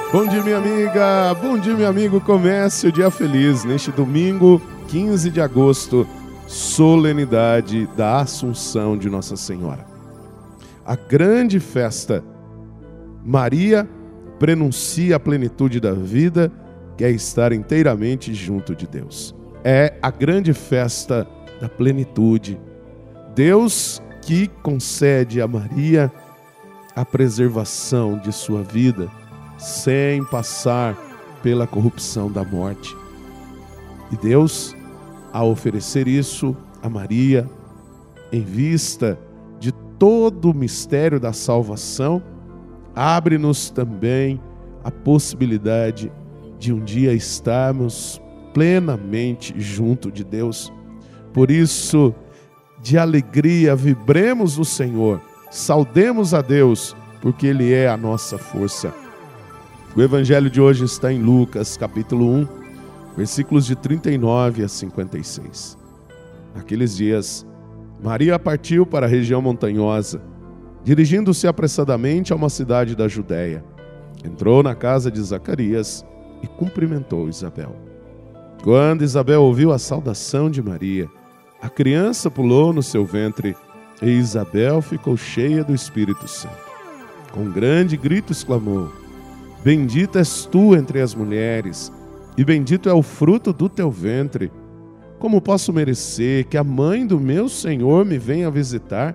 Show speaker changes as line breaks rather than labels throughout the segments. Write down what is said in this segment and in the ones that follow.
Bom dia, minha amiga, bom dia, meu amigo. Comece o dia feliz neste domingo, 15 de agosto, solenidade da Assunção de Nossa Senhora. A grande festa. Maria prenuncia a plenitude da vida, que é estar inteiramente junto de Deus. É a grande festa da plenitude. Deus que concede a Maria a preservação de sua vida, sem passar pela corrupção da morte. E Deus, ao oferecer isso a Maria, em vista de todo o mistério da salvação, abre-nos também a possibilidade de um dia estarmos plenamente junto de Deus. Por isso, de alegria, vibremos o Senhor, saudemos a Deus, porque Ele é a nossa força. O evangelho de hoje está em Lucas, capítulo 1, versículos de 39 a 56. Naqueles dias, Maria partiu para a região montanhosa, dirigindo-se apressadamente a uma cidade da Judéia. Entrou na casa de Zacarias e cumprimentou Isabel. Quando Isabel ouviu a saudação de Maria, a criança pulou no seu ventre e Isabel ficou cheia do Espírito Santo. Com um grande grito exclamou: Bendita és tu entre as mulheres, e bendito é o fruto do teu ventre. Como posso merecer que a mãe do meu Senhor me venha visitar?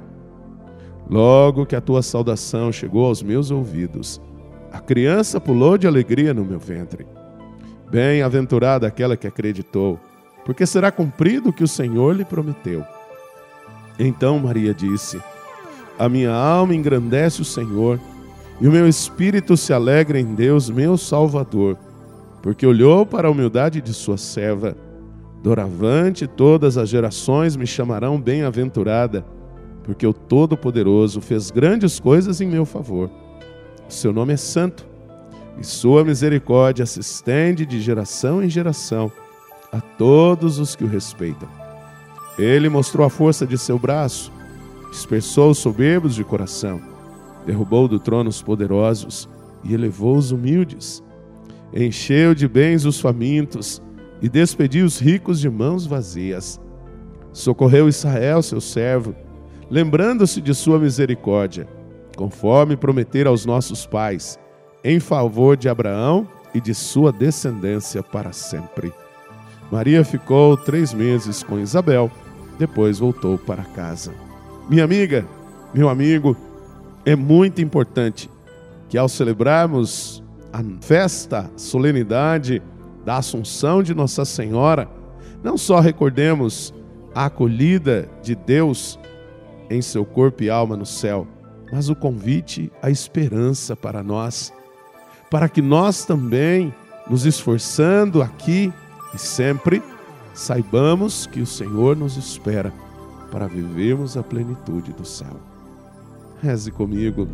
Logo que a tua saudação chegou aos meus ouvidos, a criança pulou de alegria no meu ventre. Bem-aventurada aquela que acreditou, porque será cumprido o que o Senhor lhe prometeu. Então Maria disse: A minha alma engrandece o Senhor, e o meu espírito se alegra em Deus, meu Salvador, porque olhou para a humildade de sua serva. Doravante todas as gerações me chamarão bem-aventurada, porque o Todo-Poderoso fez grandes coisas em meu favor. Seu nome é santo, e sua misericórdia se estende de geração em geração a todos os que o respeitam. Ele mostrou a força de seu braço, dispersou os soberbos de coração, derrubou do trono os poderosos e elevou os humildes. Encheu de bens os famintos e despediu os ricos de mãos vazias. Socorreu Israel, seu servo, lembrando-se de sua misericórdia, conforme prometera aos nossos pais, em favor de Abraão e de sua descendência para sempre. Maria ficou 3 meses com Isabel, depois voltou para casa. Minha amiga, meu amigo, é muito importante que ao celebrarmos a festa, a solenidade da Assunção de Nossa Senhora, não só recordemos a acolhida de Deus em seu corpo e alma no céu, mas o convite à esperança para nós, para que nós também, nos esforçando aqui e sempre, saibamos que o Senhor nos espera para vivermos a plenitude do céu. Reze comigo.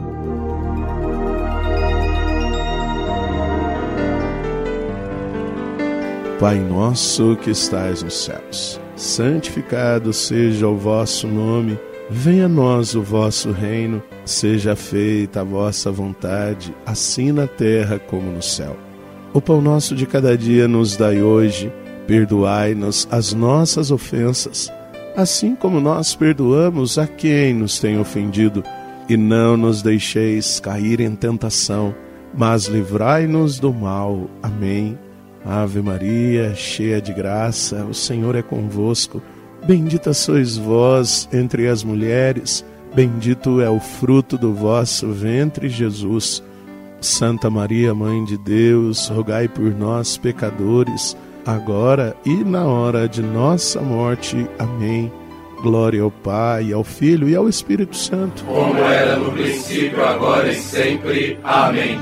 Pai nosso que estais nos céus, santificado seja o vosso nome. Venha a nós o vosso reino. Seja feita a vossa vontade, assim na terra como no céu. O pão nosso de cada dia nos dai hoje. Perdoai-nos as nossas ofensas, assim como nós perdoamos a quem nos tem ofendido. E não nos deixeis cair em tentação, mas livrai-nos do mal. Amém. Ave Maria, cheia de graça, o Senhor é convosco. Bendita sois vós entre as mulheres, bendito é o fruto do vosso ventre, Jesus. Santa Maria, Mãe de Deus, rogai por nós, pecadores, agora e na hora de nossa morte. Amém. Glória ao Pai, ao Filho e ao Espírito Santo.
Como era no princípio, agora e sempre. Amém.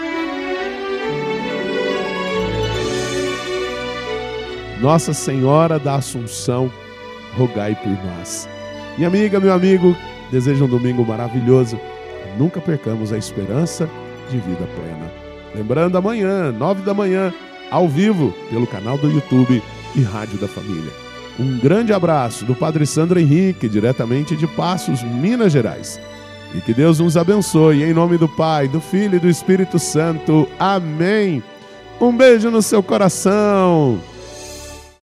Nossa Senhora da Assunção, rogai por nós. Minha amiga, meu amigo, desejo um domingo maravilhoso. Nunca percamos a esperança de vida plena. Lembrando, amanhã, 9 da manhã, ao vivo, pelo canal do YouTube e Rádio da Família. Um grande abraço do Padre Sandro Henrique, diretamente de Passos, Minas Gerais. E que Deus nos abençoe, em nome do Pai, do Filho e do Espírito Santo. Amém. Um beijo no seu coração.